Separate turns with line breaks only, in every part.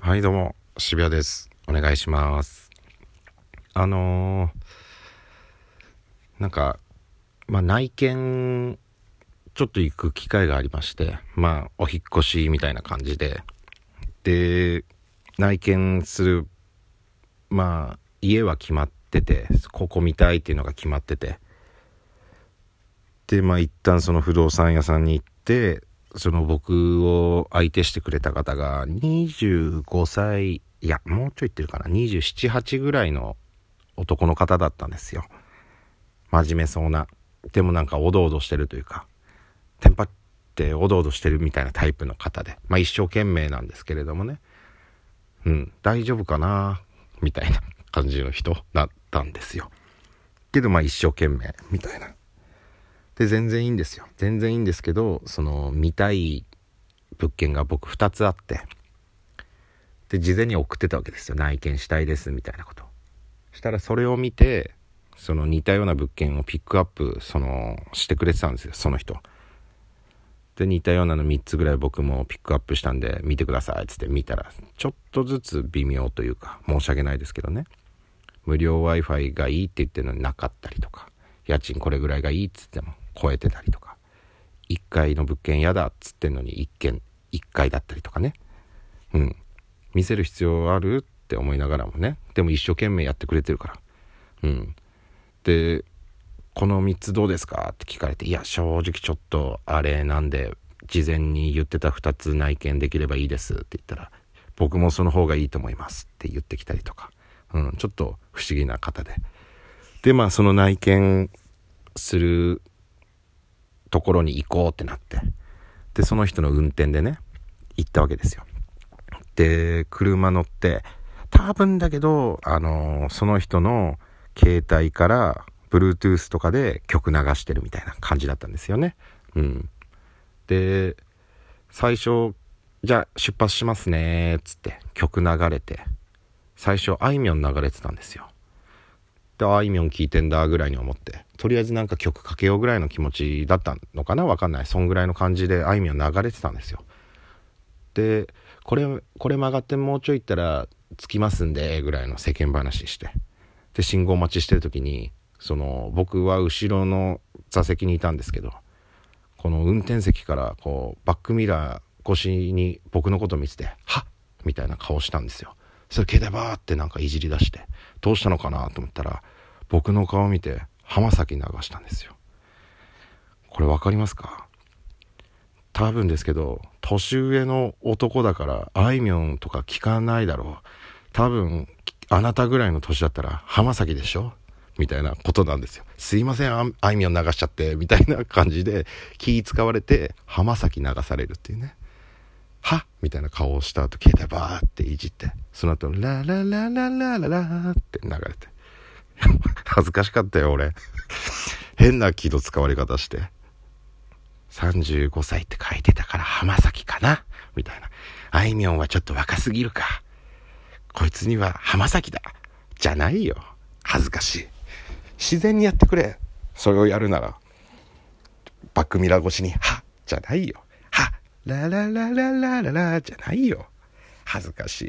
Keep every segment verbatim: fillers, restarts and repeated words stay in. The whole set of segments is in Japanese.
はい、どうも渋谷です。お願いします。あのー、なんかまあ内見ちょっと行く機会がありまして、まあお引っ越しみたいな感じで、で内見するまあ家は決まってて、ここ見たいっていうのが決まってて、でまあ一旦その不動産屋さんに行って、その僕を相手してくれた方がにじゅうごさい、いやもうちょい言ってるかな、にじゅうなな、はちぐらいの男の方だったんですよ。真面目そうな、でもなんかおどおどしてるというか、テンパっておどおどしてるみたいなタイプの方で、まあ一生懸命なんですけれどもね、うん大丈夫かなみたいな感じの人だったんですよ。けどまあ一生懸命みたいなで、全然いいんですよ。全然いいんですけど、その見たい物件が僕ふたつあって、で事前に送ってたわけですよ。内見したいですみたいなこと。したらそれを見て、その似たような物件をピックアップそのしてくれてたんですよ、その人で。似たようなのみっつぐらい僕もピックアップしたんで見てくださいっつって見たら、ちょっとずつ微妙というか、申し訳ないですけどね、無料 Wi-Fi がいいって言ってるのになかったりとか、家賃これぐらいがいいっつっても超えてたりとか、いっかいの物件やだっつってんのにいっけんいっかいだったりとかね。うん見せる必要あるって思いながらもね、でも一生懸命やってくれてるから、うんでこのみっつどうですかって聞かれて、いや正直ちょっとあれなんで、事前に言ってたふたつ内見できればいいですって言ったら、僕もその方がいいと思いますって言ってきたりとか、うん、ちょっと不思議な方で、でまあその内見するところに行こうってなって、でその人の運転でね行ったわけですよ。で車乗って、多分だけどあのー、その人の携帯から Bluetooth とかで曲流してるみたいな感じだったんですよね。うんで最初じゃあ出発しますねっつって曲流れて、最初あいみょん流れてたんですよ。であいみょん聞いてんだぐらいに思って、とりあえずなんか曲かけようぐらいの気持ちだったのかな、わかんない、そんぐらいの感じであいみょん流れてたんですよ。でこれこれ曲がってもうちょい行ったら着きますんでぐらいの世間話して、で信号待ちしてる時に、その僕は後ろの座席にいたんですけど、この運転席からこうバックミラー越しに僕のこと見てて、はっみたいな顔したんですよ。それ携帯バーってなんかいじり出して、どうしたのかなと思ったら、僕の顔見て浜崎流したんですよ。これわかりますか？多分ですけど年上の男だからあいみょんとか聞かないだろう、多分あなたぐらいの年だったら浜崎でしょみたいなことなんですよ。すいません あ, あいみょん流しちゃってみたいな感じで気使われて浜崎流されるっていうね。はみたいな顔をした後、携帯バーっていじって、その後ラララララララって流れて恥ずかしかったよ俺変な気の使われ方して、さんじゅうごさいって書いてたから浜崎かなみたいな、あいみょんはちょっと若すぎるか、こいつには浜崎だじゃないよ、恥ずかしい。自然にやってくれ、それをやるなら。バックミラー越しにはじゃないよ、はラララララララじゃないよ、恥ずかしい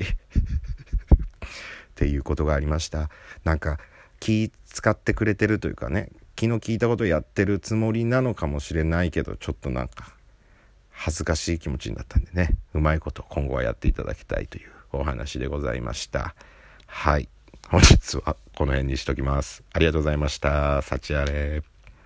っていうことがありました。なんか気使ってくれてるというかね、気の利いたことやってるつもりなのかもしれないけど、ちょっとなんか恥ずかしい気持ちになったんでね、うまいこと今後はやっていただきたいというお話でございました。はい、本日はこの辺にしときます。ありがとうございました。幸あれ。